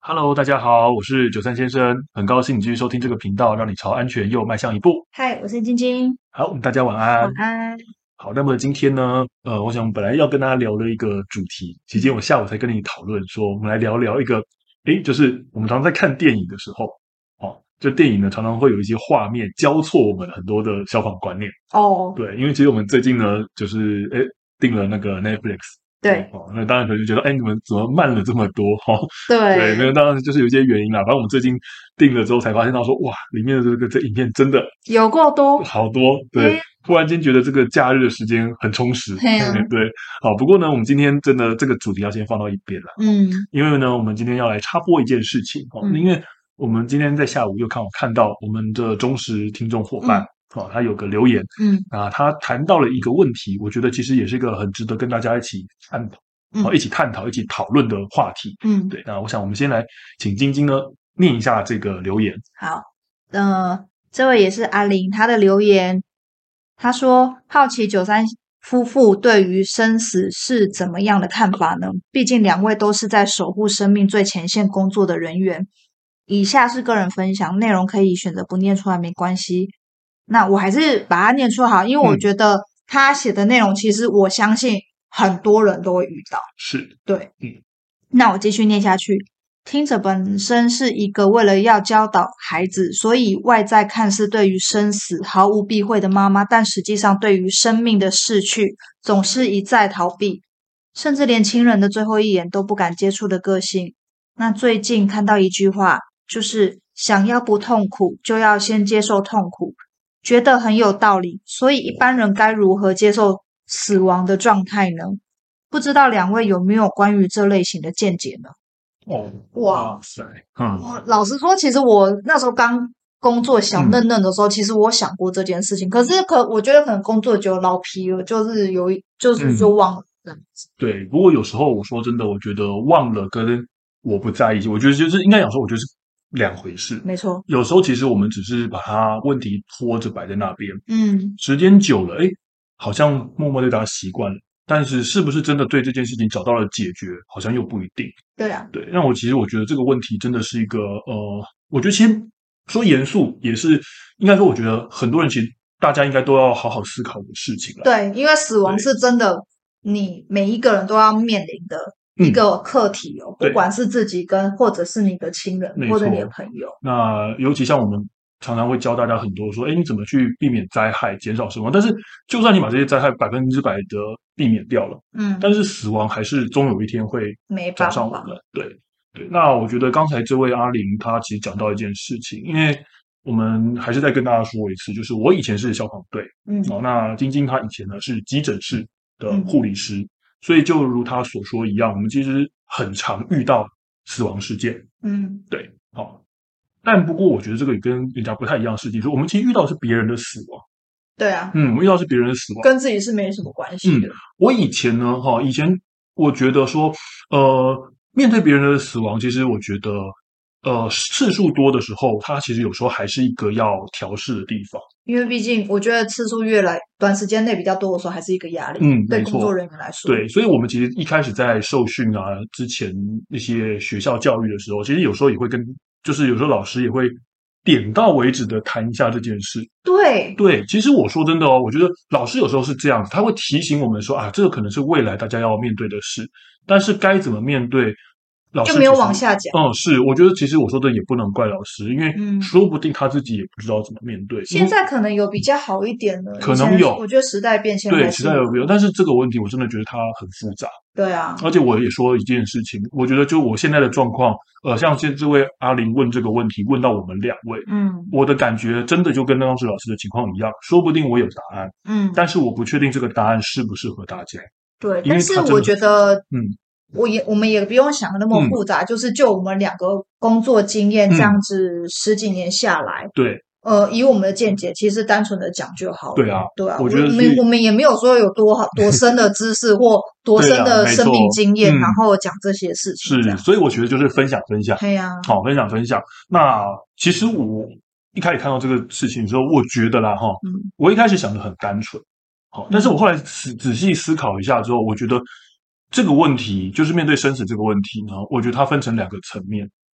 Hello，大家好，我是93先生，很高兴你继续收听这个频道，让你朝安全又迈向一步。 嗨，我是晶晶， 好，大家晚安。 晚安。 好，那么今天呢，我想本来要跟大家聊的一个主题，其实今天我下午才跟你讨论说，我们来聊聊一个，就是我们常常在看电影的时候，这电影呢常常会有一些画面交错我们很多的消防观念。 哦， 对，因为其实我们最近呢，就是订了那个 Netflix。对对那当然可能就觉得，你们怎么慢了这么多？对，那对， 个当然就是有一些原因啦。反正我们最近订了之后才发现到说，哇，里面的这影片真的有够多。 好多。对， 诶， 突然间觉得这个假日的时间很充实。 嘿呀， 对，好，不过呢，我们今天真的这个主题要先放到一边了， 嗯因为呢，我们今天要来插播一件事情因嗯为我们今天在下午又看到我们的忠实听众伙伴嗯他有个留言嗯啊，他谈到了一个问题，我觉得其实也是一个很值得跟大家一起探讨。 嗯一起探讨、一起讨论的话题。 嗯， 对，那我想我们先来请晶晶呢念一下这个留言。 好，这位也是阿玲，她的留言，她说好奇93夫妇对于生死是怎么样的看法呢？毕竟两位都是在守护生命最前线工作的人员。以下是个人分享，内容可以选择不念出来没关系。那我还是把它念出好，因为我嗯， 觉得他写的内容，其实我相信很多人都会遇到。 是， 对， 嗯那我继续念下去。听者本身是一个为了要教导孩子，所以外在看似对于生死毫无避讳的妈妈，但实际上对于生命的逝去总是一再逃避，甚至连亲人的最后一眼都不敢接触的个性。那最近看到一句话，就是想要不痛苦，就要先接受痛苦，觉得很有道理。所以一般人该如何接受死亡的状态呢？不知道两位有没有关于这类型的见解呢？ 哦， 哇， 哇塞， 我老实说，其实我那时候刚工作小嗯， 嫩嫩的时候，其实我想过这件事情，我觉得可能工作久老疲了，就嗯， 忘了这样子。 对。不过有时候我说真的，我觉得忘了跟我不在意，我觉得就是应该讲说，我觉得是两回事。 没错， 有时候其实我们只是把它问题拖着摆在那边， 嗯， 时间久了，好像默默对大家习惯了，但是是不是真的对这件事情找到了解决，好像又不一定。 对啊， 对，那其实我觉得这个问题真的是一个我觉得其实说严肃也是应该说，我觉得很多人其实大家应该都要好好思考的事情了。 对，因为死亡对， 是真的，你每一个人都要面临的一嗯， 个课题哦，不对， 管是自己或者是你的亲人或者你的没错。 朋友， 那尤其像我们常常会教大家很多说，你怎么去避免灾害、减少死亡？但是就算你把这些灾害100%的避免掉了，但嗯， 是死亡还是终有一天会没找办法， 上我们。对对，那我觉得刚才这位阿玲她其实讲到一件事情，因为我们还是再跟大家说一次，就是我以前是消防队嗯那晶晶她以前呢是急诊室的嗯护理师，所以就如她所说一样，我们其实很常遇到死亡事件。 嗯， 对，好，但不过我觉得这个也跟人家不太一样的事情，说我们其实遇到的是别人的死亡， 对啊， 我们遇到的是别人的死亡。 跟自己是没什么关系嗯， 的， 我以前呢，以前我觉得说，面对别人的死亡，其实我觉得，次数多的时候，它其实有时候还是一个要调试的地方。 因为毕竟我觉得次数越来短时间内比较多的时候，还是一个压力， 嗯， 对没错， 工作人员来说， 对，所以我们其实一开始在受训啊之前那些学校教育的时候，其实有时候也会就是有时候老师也会点到为止的谈一下这件事。 对， 对，其实我说真的我觉得老师有时候是这样子，他会提醒我们说啊，这个可能是未来大家要面对的事，但是该怎么面对，老就没有师其实， 往下讲。 是，我觉得其实我说的也不能怪老师，因为嗯， 说不定他自己也不知道怎么面对，因为现在可能有比较好一点了，以前可能有， 我觉得时代变迁对， 还是有， 时代有没有，但是这个问题我真的觉得它很复杂。 对啊， 而且我也说一件事情，我觉得就我现在的状况，像这位阿玲问这个问题，问到我们两位， 嗯我的感觉真的就跟当时老师的情况一样，说不定我有答案， 嗯， 但是我不确定这个答案适不适合大家， 对。 因但是我为它真的很， 觉得， 嗯我们也不用想的那么嗯复杂，就我们两个工作经验这样嗯， 子十几年下来， 对以我们的见解，其实单纯的讲就好了。 对啊， 对啊， 我觉得是， 我们也没有说有多好多深的知识或多对啊， 深的生没错， 命经验，然嗯， 后讲这些事情这是， 样。 所以我觉得就是分享分享， 对呀， 好，分享分享。那其实我一开始看到这个事情的时候，我觉得啦嗯我一开始想的很单纯，好，但是我嗯后来仔细思考一下之后，我觉得这个问题就是面对生死这个问题呢，我觉得它分成两个层面。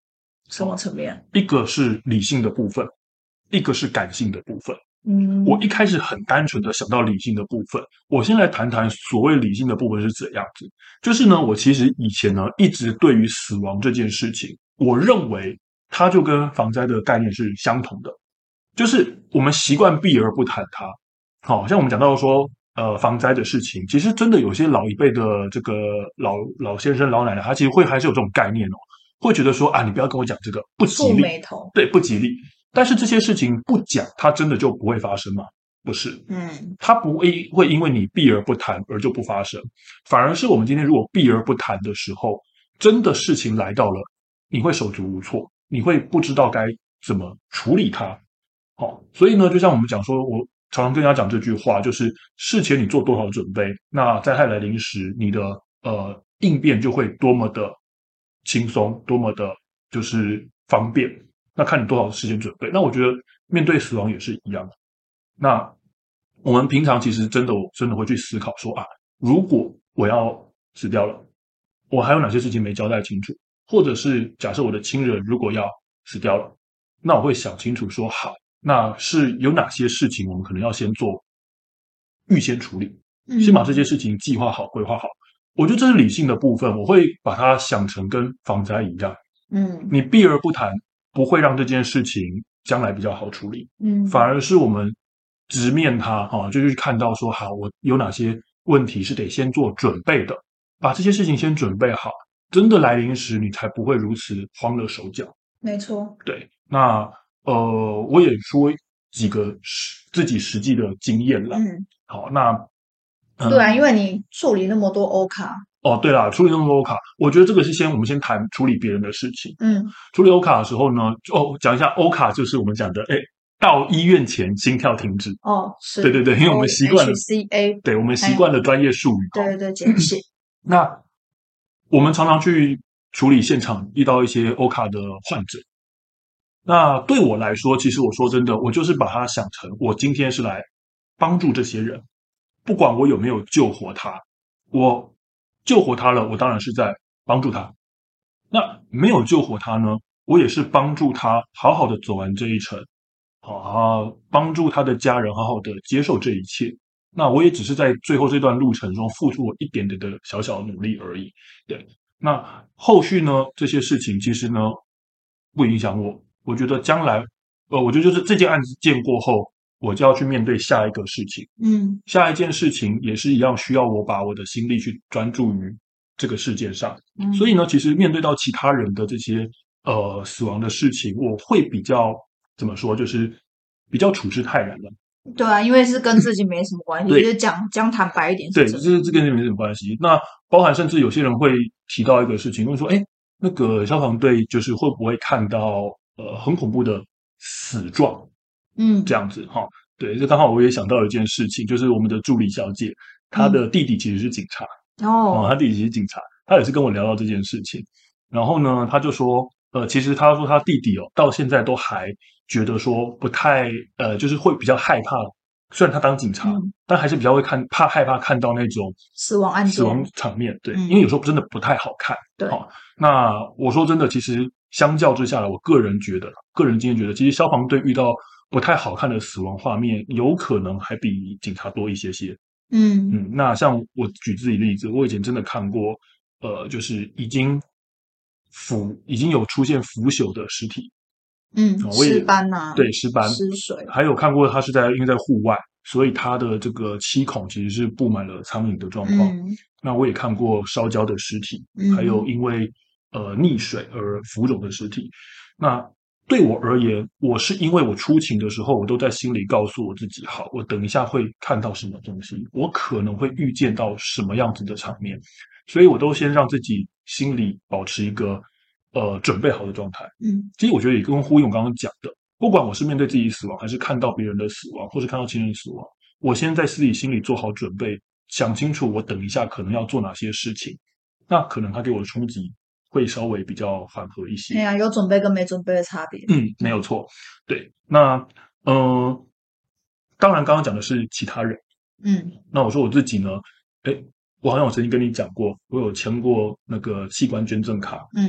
什么层面？ 一个是理性的部分，一个是感性的部分。 嗯， 我一开始很单纯的想到理性的部分，我先来谈谈所谓理性的部分是怎样子。就是呢，我其实以前呢一直对于死亡这件事情，我认为它就跟防灾的概念是相同的，就是我们习惯避而不谈它。好像我们讲到说，防灾的事情，其实真的有些老一辈的这个老先生、老奶奶，他其实还是有这种概念哦，会觉得说啊，你不要跟我讲这个，不吉蹙利， 眉头。 对，不吉利。但是这些事情不讲，它真的就不会发生吗？不是，它不会因为你避而不谈而就不发生，反而是我们今天如果避而不谈的时候，真的事情来到了，你会手足无措，你会不知道该怎么处理它。好，所以呢，就像我们讲说，我常常跟大家讲这句话，就是事前你做多少准备，那灾害来临时，你的应变就会多么的轻松，多么的就是方便。那看你多少时间准备。那我觉得面对死亡也是一样。那我们平常其实真的会去思考说啊，如果我要死掉了，我还有哪些事情没交代清楚？或者是假设我的亲人如果要死掉了，那我会想清楚说好，那是有哪些事情我们可能要先做预先处理，先把这些事情计划好、规划好。我觉得这是理性的部分，我会把它想成跟防灾一样。你避而不谈，不会让这件事情将来比较好处理。反而是我们直面它，就是看到说，好，我有哪些问题是得先做准备的，把这些事情先准备好，真的来临时，你才不会如此慌了手脚。 没错。 对，那我也说几个自己实际的经验了。好，那对啊，因为你处理那么多欧卡。 哦，对啦，处理那么多欧卡，我觉得这个是我们先谈处理别人的事情。处理欧卡的时候呢，讲一下欧卡就是我们讲的，到医院前心跳停止。 哦，是， 对对对，因为我们习惯了 HCA， 对，我们习惯了专业术语。 对对对，简写。 那我们常常去处理现场遇到一些欧卡的患者，那对我来说，其实我说真的，我就是把它想成我今天是来帮助这些人，不管我有没有救活他，我救活他了，我当然是在帮助他。那没有救活他呢，我也是帮助他好好的走完这一程，好，帮助他的家人好好的接受这一切。那我也只是在最后这段路程中付出我一点点的小小的努力而已。对，那后续呢，这些事情其实呢不影响我。我觉得将来，我觉得就是这件案子见过后，我就要去面对下一个事情。下一件事情也是一样，需要我把我的心力去专注于这个事件上。所以呢，其实面对到其他人的这些死亡的事情，我会比较怎么说，就是比较处之泰然了。 对啊，因为是跟自己没什么关系，就是讲坦白一点。 对，这跟自己没什么关系。那包含甚至有些人会提到一个事情，问说，那个消防队就是会不会看到很恐怖的死状？这样子哈。对，这刚好我也想到一件事情，就是我们的助理小姐，她的弟弟其实是警察。她弟弟其实是警察，她也是跟我聊到这件事情。然后呢，他就说，其实他说他弟弟到现在都还觉得说不太，就是会比较害怕。虽然他当警察，但还是比较会害怕看到那种死亡案件、 死亡场面。对，因为有时候真的不太好看。 对， 那我说真的，其实相较之下来，我个人经验觉得，其实消防队遇到不太好看的死亡画面，有可能还比警察多一些些。那像我举自己例子，我以前真的看过，就是已经有出现腐朽的尸体。 尸斑啊， 对，尸斑、 尸水， 还有看过他是因为在户外，所以他的这个七孔其实是布满了苍蝇的状况。那我也看过烧焦的尸体，还有因为溺水而浮肿的尸体。那对我而言，我是因为我出勤的时候，我都在心里告诉我自己，好，我等一下会看到什么东西，我可能会预见到什么样子的场面，所以我都先让自己心里保持一个准备好的状态。其实我觉得也跟呼应我刚刚讲的，不管我是面对自己死亡，还是看到别人的死亡，或是看到亲人死亡，我先在自己心里做好准备，想清楚我等一下可能要做哪些事情，那可能它给我的冲击会稍微比较缓和一些。 对啊，有准备跟没准备的差别。 没有错。对，那当然刚刚讲的是其他人。那我说我自己呢，我好像有曾经跟你讲过，我有签过那个器官捐赠卡。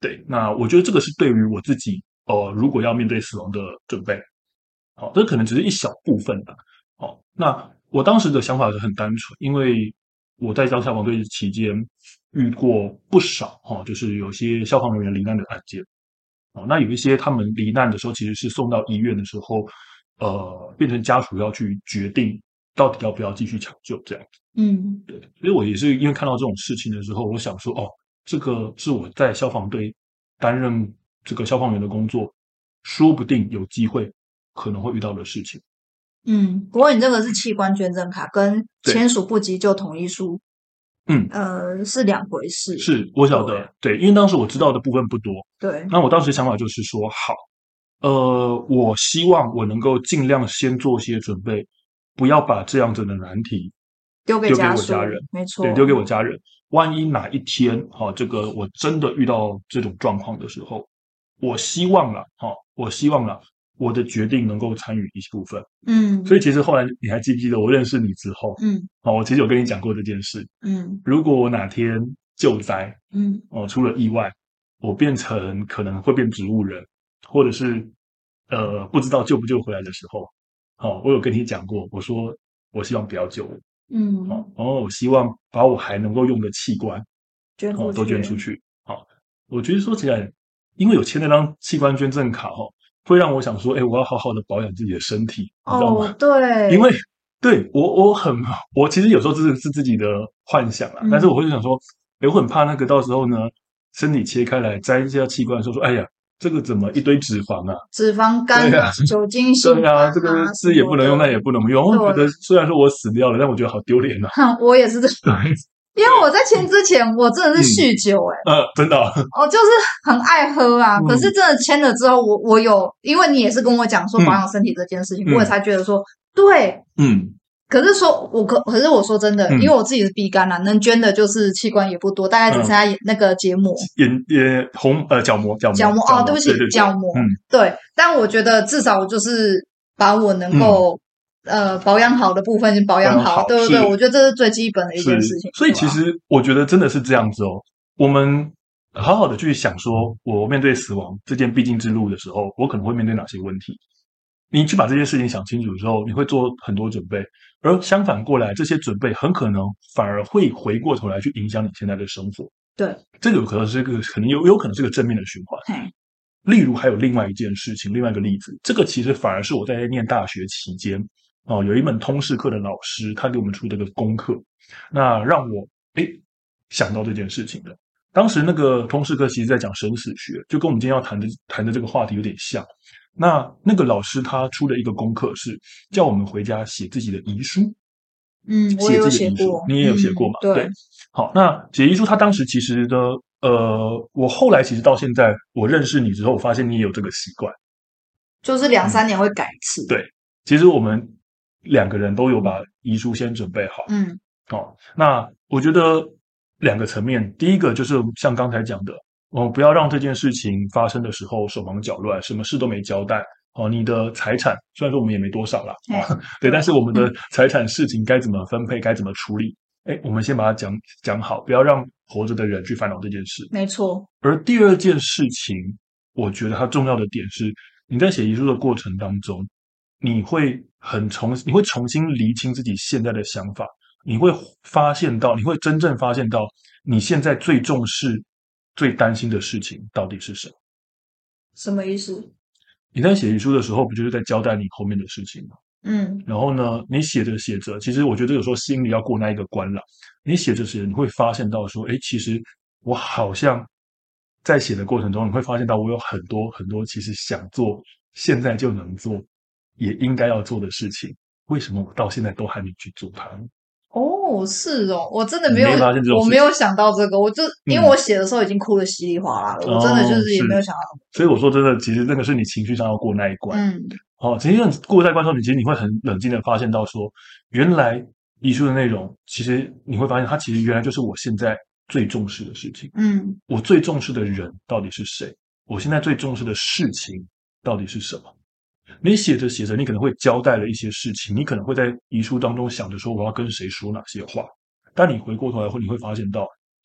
对，那我觉得这个是对于我自己如果要面对死亡的准备。好，这可能只是一小部分的。好，那我当时的想法是很单纯，因为我在当消防队期间遇过不少就是有些消防人员罹难的案件。那有一些他们罹难的时候，其实是送到医院的时候，变成家属要去决定到底要不要继续抢救这样子。对，所以我也是因为看到这种事情的时候，我想说，这个是我在消防队担任这个消防员的工作，说不定有机会可能会遇到的事情。 不过你这个是器官捐赠卡，跟对签署不急救同意书，是两回事。 是我晓得，对，因为当时我知道的部分不多。 对， 那我当时想法就是说，好，我希望我能够尽量先做些准备，不要把这样子的难题丢给我家属， 家人， 没错， 对，丢给我家人。万一哪一天，这个我真的遇到这种状况的时候，我希望啦，我的决定能够参与一部分。所以其实后来你还记不记得我认识你之后，我其实有跟你讲过这件事。如果我哪天救灾，出了意外，我变成可能会变植物人，或者是不知道救不救回来的时候，我有跟你讲过，我说我希望不要救我。然后我希望把我还能够用的器官都捐出去。我觉得说起来，因为有签那张器官捐赠卡会让我想说，我要好好的保养自己的身体，你知道吗？ 对， 因为对我其实有时候这是自己的幻想啦，但是我会想说，我很怕那个到时候呢，身体切开来摘一下器官的时候说，哎呀，这个怎么一堆脂肪啊？ 脂肪肝、酒精性对啊，这个这也不能用，那也不能用。我觉得虽然说我死掉了，但我觉得好丢脸啊。 我也是这样。因为我在签之前，我真的是酗酒真的， 就是很爱喝啊。可是真的签了之后，我有，因为你也是跟我讲说保养身体这件事情，我也才觉得说，对，可是可是我说真的，因为我自己是 B 肝啦，能捐的就是器官也不多，大概只剩下那个结膜、 角膜对不起，角膜，对。但我觉得至少我就是把我能够。保养好的部分就保养好，对不对？我觉得这是最基本的一件事情。 所以其实我觉得真的是这样子我们好好的去想说，我面对死亡这件必经之路的时候，我可能会面对哪些问题？你去把这件事情想清楚之后，你会做很多准备。而相反过来，这些准备很可能反而会回过头来去影响你现在的生活。 对， 这个有可能是有可能是个正面的循环。例如还有另外一件事情，另外一个例子，这个其实反而是我在念大学期间。有一门通识课的老师，他给我们出这个功课，那让我想到这件事情的。当时那个通识课其实在讲生死学，就跟我们今天要谈的这个话题有点像。那个老师他出的一个功课是叫我们回家写自己的遗书。 我也有写过， 你也有写过嘛？ 对。 好，那写遗书，他当时其实呢，我后来其实到现在，我认识你之后，我发现你也有这个习惯， 就是2-3年会改一次。 对，其实我们2个人都有把遗书先准备好。那我觉得2个层面，第一个就是像刚才讲的，不要让这件事情发生的时候手忙脚乱，什么事都没交代。你的财产虽然说我们也没多少啦，对，但是我们的财产事情该怎么分配，该怎么处理，我们先把它讲好，不要让活着的人去烦恼这件事。 没错。 而第二件事情，我觉得它重要的点是，你在写遗书的过程当中，你会重新厘清自己现在的想法，你会真正发现到你现在最重视、最担心的事情到底是什么？ 什么意思？ 你在写遗书的时候，不就是在交代你后面的事情吗？然后呢，你写着写着，其实我觉得有时候心里要过那一个关了。你写着写着，你会发现到说，其实我好像在写的过程中，你会发现到我有很多很多其实想做、现在就能做、也应该要做的事情，为什么我到现在都还没去做它呢？ 是我真的没有， 我没有想到这个，我就因为我写的时候已经哭得稀里哗啦了，我真的就是也没有想到。 所以我说真的，其实那个是你情绪上要过那一关。其实过那一关的时候，其实你会很冷静的发现到说，原来遗书的内容，其实你会发现它其实原来就是我现在最重视的事情。我最重视的人到底是谁？我现在最重视的事情到底是什么？你写着写着，你可能会交代了一些事情，你可能会在遗书当中想着说我要跟谁说哪些话，但你回过头来后，你会发现到，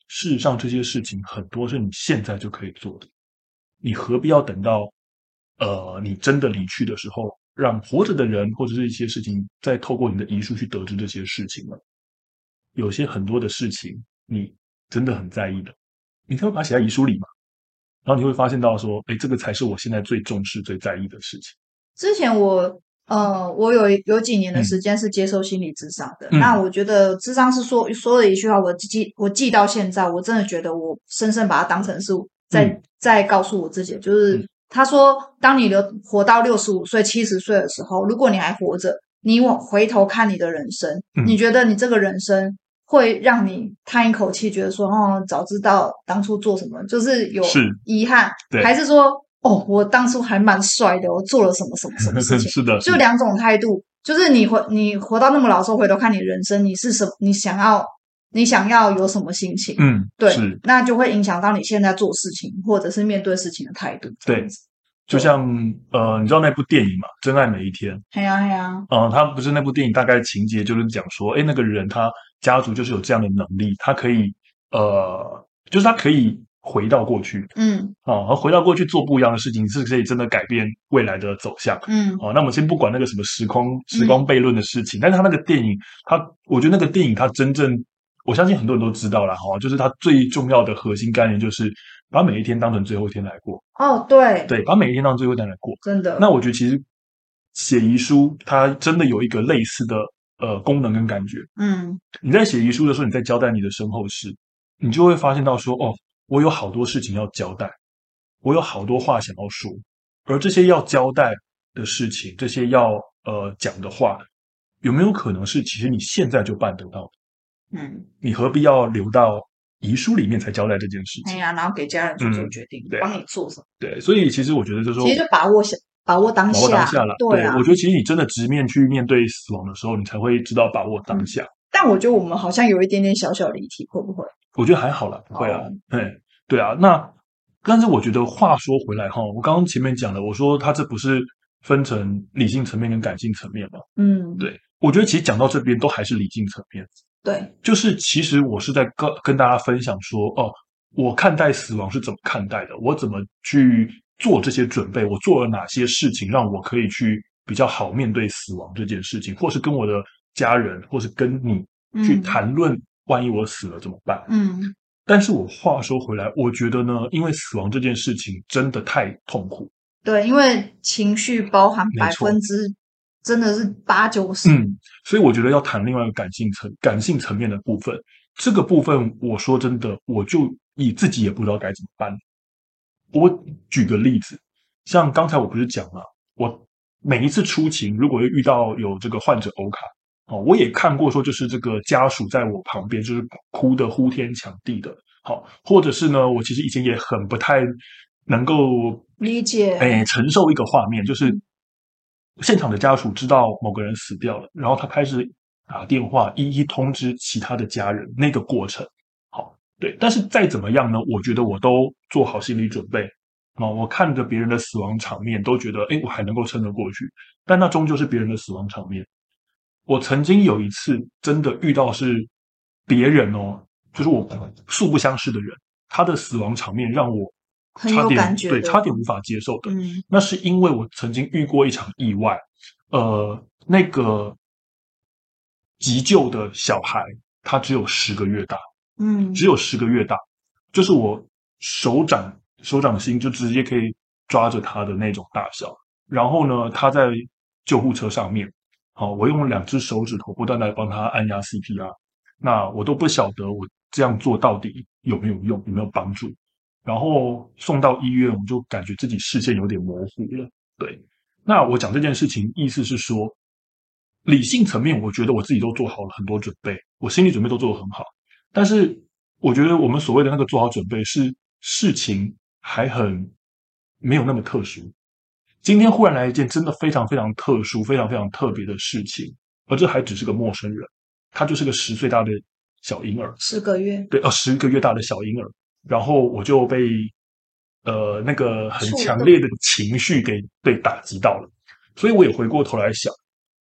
事实上这些事情很多是你现在就可以做的，你何必要等到你真的离去的时候，让活着的人或者是一些事情再透过你的遗书去得知这些事情呢？有些很多的事情你真的很在意的，你才会把它写在遗书里嘛。然后你会发现到说，哎，这个才是我现在最重视、最在意的事情。 之前我有几年的嗯时间是接受心理咨商的。 嗯那我觉得咨商是说的一句话，我记到现在，我真的觉得我深深把它当成是在告诉我自己，就是他说，当你活到65岁、70岁的时候，如果你还活着，你回头看你的人生，你觉得你这个人生会让你叹一口气，觉得说，哦，早知道当初做什么，就是有是遗憾， 对还是说，哦，我当初还蛮帅的，我做了什么什么什么事情？ 是的， 就两种态度，就是你活到那么老的时候，回头看你的人生，你是什么？你想要有什么心情？对， 是， 那就会影响到你现在做事情或者是面对事情的态度。 对，就像你知道那部电影嘛，《真爱每一天》。 嘿呀嘿呀， 他不是那部电影大概情节就是讲说，哎，那个人他家族就是有这样的能力，他可以就是他可以回到过去，和回到过去做不一样的事情，是可以真的改变未来的走向，那我们先不管那个什么时光悖论的事情，但是他那个电影，我觉得那个电影他真正，我相信很多人都知道啦，就是他最重要的核心概念就是把每一天当成最后一天来过。 哦，对对，把每一天当成最后一天来过。 真的。 那我觉得其实写遗书，它真的有一个类似的功能跟感觉。你在写遗书的时候，你在交代你的身后事，你就会发现到说，哦，我有好多事情要交代，我有好多话想要说，而这些要交代的事情，这些要讲的话，有没有可能是其实你现在就办得到的？你何必要留到遗书里面才交代这件事情？ 哎呀，然后给家人去做决定，帮你做什么？ 对，所以其实我觉得就是说， 其实就把握当下了。 对啊， 我觉得其实你真的直面去面对死亡的时候，你才会知道把握当下。 但我觉得我们好像有一点点小小离题，会不会？ 我觉得还好啦，不会啊。对啊。但是我觉得话说回来哈，我刚刚前面讲了，我说它这不是分成理性层面跟感性层面嘛？对，我觉得其实讲到这边都还是理性层面。对，就是其实我是在跟大家分享说，哦，我看待死亡是怎么看待的，我怎么去做这些准备，我做了哪些事情让我可以去比较好面对死亡这件事情，或是跟我的家人，或是跟你去谈论，万一我死了怎么办？但是我话说回来，我觉得呢，因为死亡这件事情真的太痛苦。 对，因为情绪包含真的是80-90%。 所以我觉得要谈另外一个感性层面的部分。这个部分，我说真的，我就自己也不知道该怎么办。我举个例子，像刚才我不是讲了，我每一次出勤，如果遇到有这个患者欧卡，我也看过说，就是这个家属在我旁边，就是哭得呼天抢地的，或者是呢，我其实以前也很不太能够理解， 承受一个画面，就是现场的家属知道某个人死掉了，然后他开始打电话一一通知其他的家人，那个过程，对。但是再怎么样呢，我觉得我都做好心理准备。我看着别人的死亡场面，都觉得，我还能够撑得过去。但那终究是别人的死亡场面。我曾经有一次真的遇到是别人就是我素不相识的人，他的死亡场面让我很有感觉， 对，差点无法接受的。那是因为我曾经遇过一场意外，那个急救的小孩，他只有10个月大，只有10个月大，就是我手掌心就直接可以抓着他的那种大小。然后呢，他在救护车上面，我用2只手指头不断的帮他按压 CPR， 那我都不晓得我这样做到底有没有用，有没有帮助。然后送到医院，我就感觉自己视线有点模糊了。对，那我讲这件事情，意思是说，理性层面，我觉得我自己都做好了很多准备，我心理准备都做得很好。但是，我觉得我们所谓的那个做好准备，是事情还很没有那么特殊。今天忽然来一件真的非常非常特殊、非常非常特别的事情，而这还只是个陌生人，他就是个10岁大的小婴儿 ，10个月， 对，10个月大的小婴儿。然后我就被那个很强烈的情绪给被打击到了，所以我也回过头来想，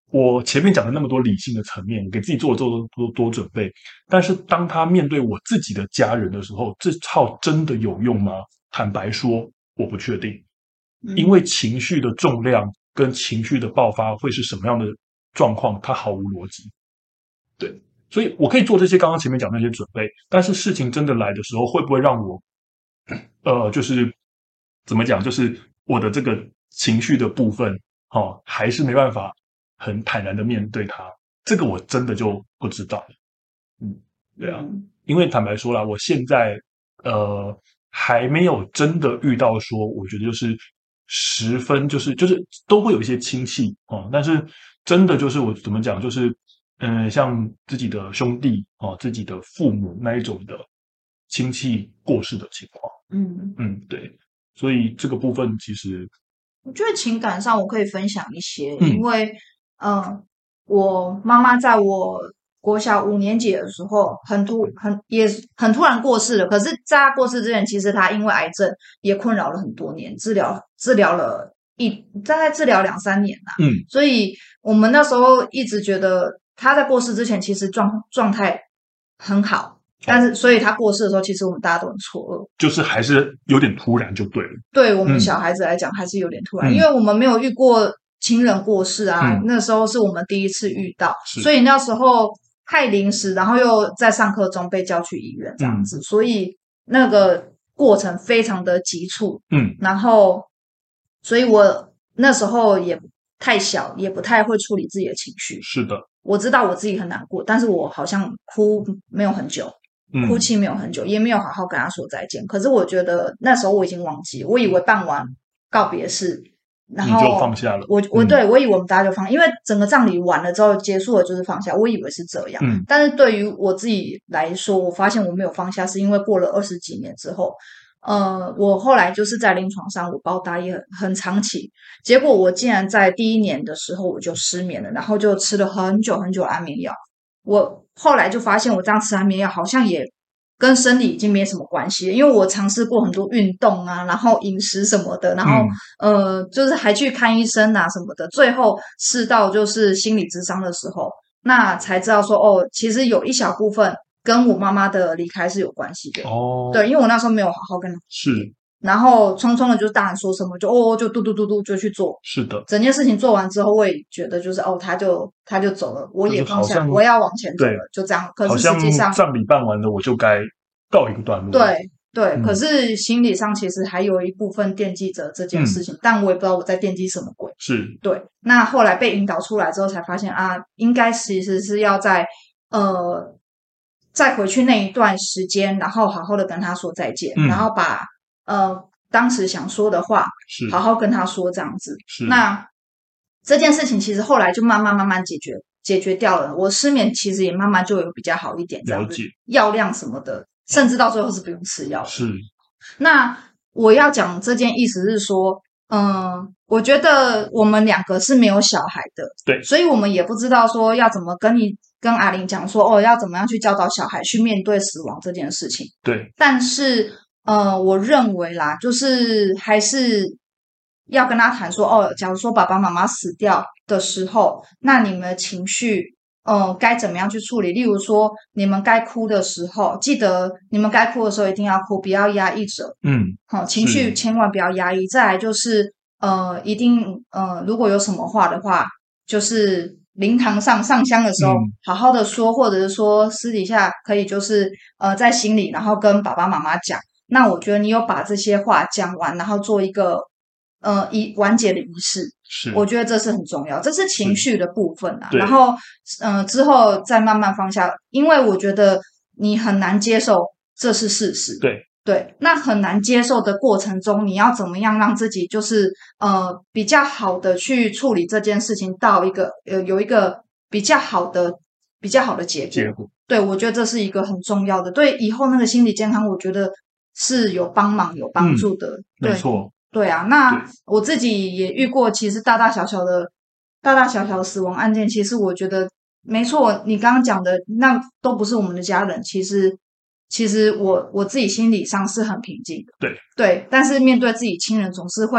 我前面讲的那么多理性的层面，我给自己做了多准备，但是当他面对我自己的家人的时候，这套真的有用吗？坦白说，我不确定，因为情绪的重量跟情绪的爆发会是什么样的状况，它毫无逻辑。对，所以我可以做这些刚刚前面讲那些准备，但是事情真的来的时候，会不会让我就是怎么讲，就是我的这个情绪的部分，还是没办法很坦然的面对它，这个我真的就不知道。对啊，因为坦白说啦，我现在还没有真的遇到说，我觉得就是十分就是都会有一些亲戚但是真的就是我怎么讲，就是像自己的兄弟自己的父母那一种的亲戚过世的情况。对，所以这个部分其实我觉得情感上我可以分享一些，因为我妈妈在我国小5年级的时候也很突然过世了。可是在她过世之前，其实她因为癌症也困扰了很多年，治疗了大概治疗2-3年啦。所以我们那时候一直觉得她在过世之前其实状态很好，但是所以她过世的时候，其实我们大家都很错愕， 就是还是有点突然就对了。 对我们小孩子来讲还是有点突然，因为我们没有遇过亲人过世啊，那时候是我们第一次遇到，所以那时候太临时，然后又在上课中被叫去医院这样子，所以那个过程非常的急促。然后所以我那时候也太小，也不太会处理自己的情绪。 是的， 我知道我自己很难过，但是我好像哭没有很久，哭泣没有很久，也没有好好跟他说再见。可是我觉得那时候我已经忘记，我以为办完告别式，然后你就放下了。 我以为我们大家就放，因为整个葬礼完了之后结束了就是放下，我以为是这样。但是对于我自己来说，我发现我没有放下，是因为过了20几年之后，我后来就是在临床上我包大也很长期，结果我竟然在第1年的时候我就失眠了，然后就吃了很久很久安眠药。我后来就发现我这样吃安眠药好像也跟生理已经没什么关系了，因为我尝试过很多运动啊，然后饮食什么的，然后就是还去看医生啊什么的，最后试到就是心理咨商的时候，那才知道说其实有一小部分跟我妈妈的离开是有关系的。对，因为我那时候没有好好跟她是， 然后匆匆的就是大人说什么就就嘟嘟嘟嘟就去做。 是的， 整件事情做完之后，我也觉得就是他就走了，我也放下，我要往前走了，就这样。可是实际上葬礼办完了，我就该告一个段落。 对，可是心理上其实还有一部分惦记着这件事情，但我也不知道我在惦记什么鬼。 是， 对。那后来被引导出来之后，才发现应该其实是要再回去那一段时间，然后好好的跟他说再见，然后把当时想说的话好好跟他说这样子。那这件事情其实后来就慢慢解决掉了，我失眠其实也慢慢就有比较好一点这样子，药量什么的甚至到最后是不用吃药的。 是。 那我要讲这件意思是说我觉得我们2个是没有小孩的， 对， 所以我们也不知道说要怎么跟阿玲讲说要怎么样去教导小孩去面对死亡这件事情。 对， 但是我认为啦，就是还是要跟他谈说假如说爸爸妈妈死掉的时候，那你们的情绪该怎么样去处理？例如说你们该哭的时候，记得你们该哭的时候一定要哭，不要压抑着。情绪千万不要压抑。再来就是一定如果有什么话的话，就是灵堂上香的时候好好的说，或者是说私底下可以就是在心里然后跟爸爸妈妈讲。那我觉得你有把这些话讲完，然后做一个完结的仪式，我觉得这是很重要，这是情绪的部分啊。然后之后再慢慢放下，因为我觉得你很难接受这是事实。对，那很难接受的过程中，你要怎么样让自己就是比较好的去处理这件事情，到有一个比较好的结果。对，我觉得这是一个很重要的，对以后那个心理健康，我觉得是有帮忙有帮助的。 没错。 对啊，那我自己也遇过，其实大大小小的死亡案件，其实我觉得没错，你刚刚讲的那都不是我们的家人，其实我自己心理上是很平静的。 对， 但是面对自己亲人总是会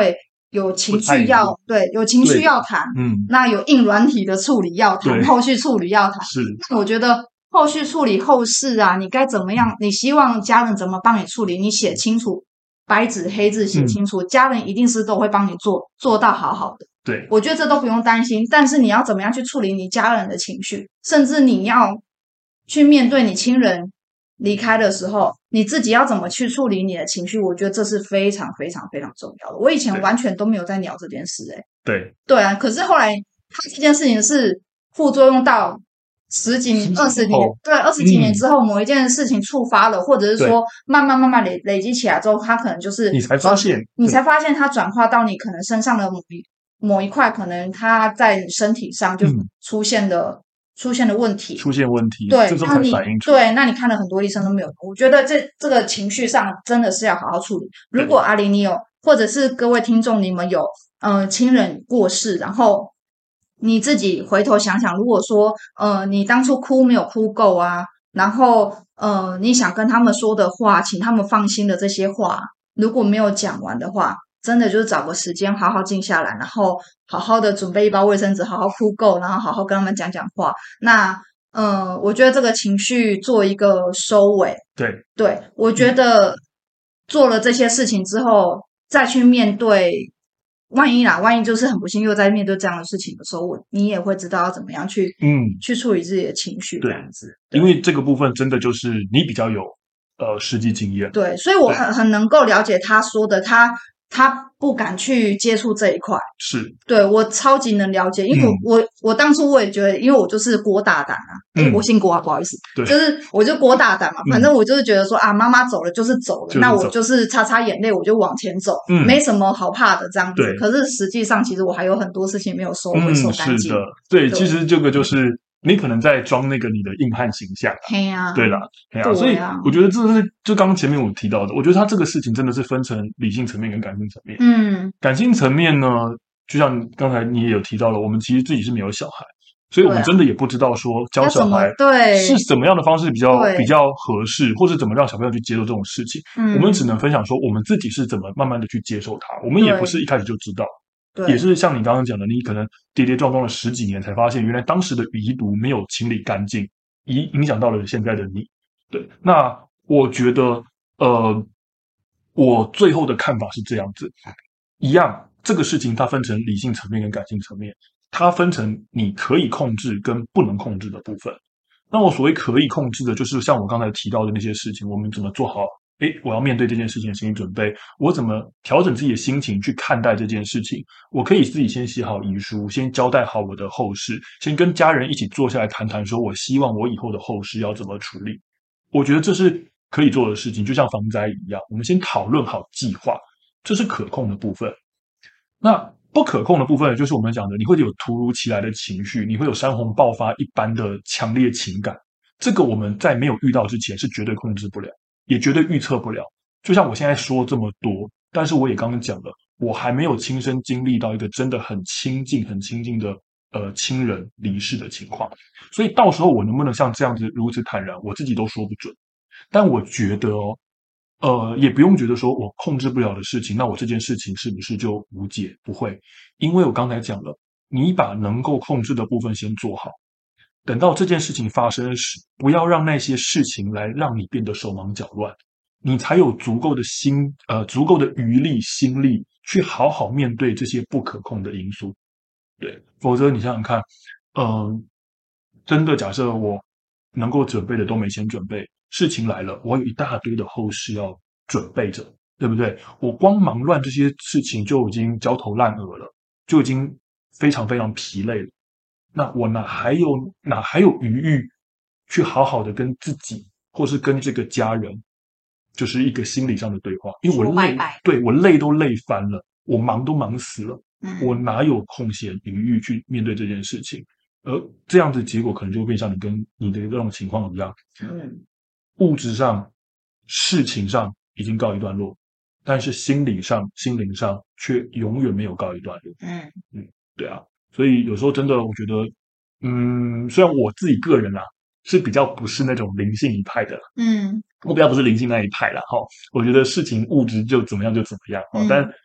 有情绪要对，有情绪要谈，那有硬软体的处理要谈，后续处理要谈。 是， 我觉得后续处理后事啊，你该怎么样？你希望家人怎么帮你处理？你写清楚，白纸黑字写清楚，家人一定是都会帮你做到好好的。 对， 我觉得这都不用担心。但是你要怎么样去处理你家人的情绪，甚至你要去面对你亲人离开的时候，你自己要怎么去处理你的情绪？我觉得这是非常非常非常重要的。我以前完全都没有在聊这件事，对啊。可是后来，他这件事情是副作用到10几年、20年，对，20几年之后，某一件事情触发了，或者是说慢慢累积起来之后，他可能就是你才发现它转化到你可能身上的某一块，可能它在你身体上就出现了问题，对， 这时候才反映出来。对，那你看了很多医生都没有用。我觉得这个情绪上真的是要好好处理。如果阿玲你有，或者是各位听众你们有亲人过世，然后你自己回头想想，如果说你当初哭没有哭够啊，然后你想跟他们说的话，请他们放心的这些话，如果没有讲完的话，真的就是找个时间好好静下来，然后好好的准备一包卫生纸，好好哭够，然后好好跟他们讲话。那我觉得这个情绪做一个收尾。对，我觉得做了这些事情之后，再去面对，万一就是很不幸又在面对这样的事情的时候，你也会知道要怎么样去处理自己的情绪，这样子。 因为这个部分真的就是你比较有实际经验， 对，所以我很能够了解他说的，他不敢去接触这一块， 是对我超级能了解，因为我当初我也觉得，因为我就是郭大胆啊，我姓郭啊，不好意思，就是我就郭大胆嘛，反正我就是觉得说啊，妈妈走了就是走了，那我就是擦擦眼泪，我就往前走，没什么好怕的这样子。可是实际上，其实我还有很多事情没有收干净。 是的，对，其实这个就是。你可能在装那个你的硬汉形象，对啦，所以我觉得这是就刚刚前面我提到的，我觉得他这个事情真的是分成理性层面跟感性层面。感性层面呢，就像刚才你也有提到了，我们其实自己是没有小孩，所以我们真的也不知道说教小孩是怎么样的方式比较合适，或是怎么让小朋友去接受这种事情。我们只能分享说我们自己是怎么慢慢的去接受它，我们也不是一开始就知道。也是像你刚刚讲的，你可能跌跌撞撞了10几年才发现，原来当时的遗毒没有清理干净，影响到了现在的你。对，那我觉得，我最后的看法是这样子，一样，这个事情它分成理性层面跟感性层面，它分成你可以控制跟不能控制的部分。那我所谓可以控制的，就是像我刚才提到的那些事情，我们怎么做好？我要面对这件事情的心理准备，我怎么调整自己的心情去看待这件事情？我可以自己先写好遗书，先交代好我的后事，先跟家人一起坐下来谈谈，说我希望我以后的后事要怎么处理。我觉得这是可以做的事情，就像防灾一样，我们先讨论好计划，这是可控的部分。那不可控的部分，就是我们讲的，你会有突如其来的情绪，你会有山洪爆发一般的强烈情感，这个我们在没有遇到之前是绝对控制不了。也绝对预测不了，就像我现在说这么多，但是我也刚刚讲了，我还没有亲身经历到一个真的很亲近的亲人离世的情况，所以到时候我能不能像这样子如此坦然，我自己都说不准。但我觉得也不用觉得说我控制不了的事情，那我这件事情是不是就无解？不会，因为我刚才讲了，你把能够控制的部分先做好。等到这件事情发生时，不要让那些事情来让你变得手忙脚乱，你才有足够的足够的余力、心力去好好面对这些不可控的因素。对，否则你想想看，真的假设我能够准备的都没先准备，事情来了，我有一大堆的后事要准备着，对不对？我光忙乱这些事情就已经焦头烂额了，就已经非常非常疲累了。那我哪还有余裕去好好的跟自己，或是跟这个家人，就是一个心理上的对话？因为我累，对，我累都累翻了，我忙都忙死了，我哪有空闲余裕去面对这件事情？而这样子结果可能就会像你跟你的这种情况一样，物质上、事情上已经告一段落，但是心灵上却永远没有告一段落。对啊。所以有时候真的，我觉得，虽然我自己个人是比较不是那种灵性一派的，我比较不是灵性那一派啦，我觉得事情物质就怎么样就怎么样，但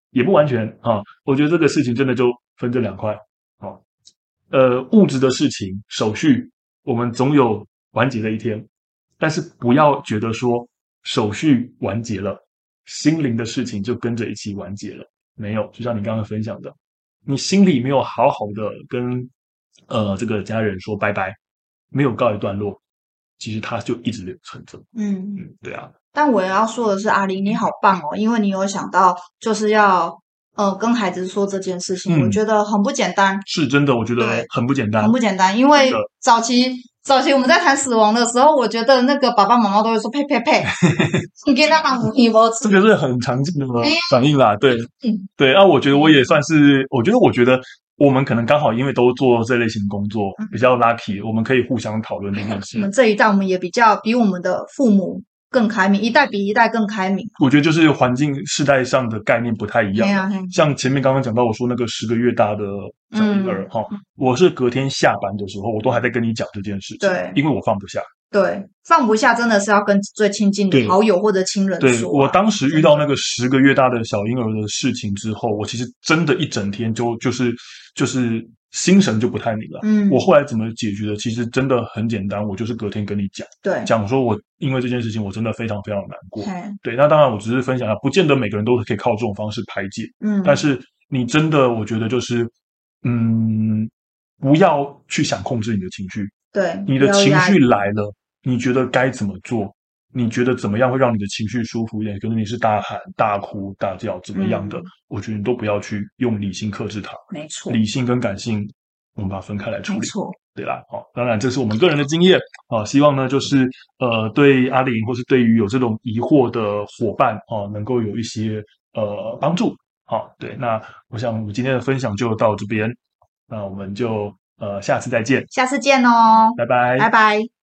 也不完全啊。我觉得这个事情真的就分这两块啊。物质的事情手续我们总有完结的一天，但是不要觉得说手续完结了，心灵的事情就跟着一起完结了。没有，就像你刚刚分享的，你心里没有好好的跟这个家人说拜拜，没有告一段落，其实它就一直留存着。对啊。 但我要说的是，阿玲你好棒哦，因为你有想到就是要跟孩子说这件事情，我觉得很不简单。 是真的，我觉得很不简单， 很不简单。因为早期我们在谈死亡的时候，我觉得那个爸爸妈妈都会说呸呸呸，你给他当母皮包吃， 这个是很常见的反应啦。对，对啊，我觉得我也算是，我觉得我们可能刚好因为都做这类型工作，比较 lucky，我们可以互相讨论这件事。 我们这一代我们也比我们的父母更开明，一代比一代更开明。 我觉得就是环境世代上的概念不太一样。像前面刚刚讲到我说那个10个月大的小婴儿哈，我是隔天下班的时候，我都还在跟你讲这件事情，对，因为我放不下。 对，放不下真的是要跟最亲近的好友或者亲人说。 对，我当时遇到那个10个月大的小婴儿的事情之后，我其实真的一整天就是心神就不太宁了。我后来怎么解决的？其实真的很简单，我就是隔天跟你讲，对，讲说我因为这件事情我真的非常非常难过。对，那当然我只是分享一下，不见得每个人都可以靠这种方式排解。但是你真的，我觉得就是不要去想控制你的情绪。对，你的情绪来了，你觉得该怎么做？你觉得怎么样会让你的情绪舒服一点？可能你是大喊、大哭、大叫怎么样的？我觉得你都不要去用理性克制它。没错，理性跟感性，我们把它分开来处理。没错，对啦，当然这是我们个人的经验希望呢就是对阿玲或是对于有这种疑惑的伙伴能够有一些帮助。对，那我想我们今天的分享就到这边，那我们就下次再见。 下次见哦， 拜拜， 拜拜。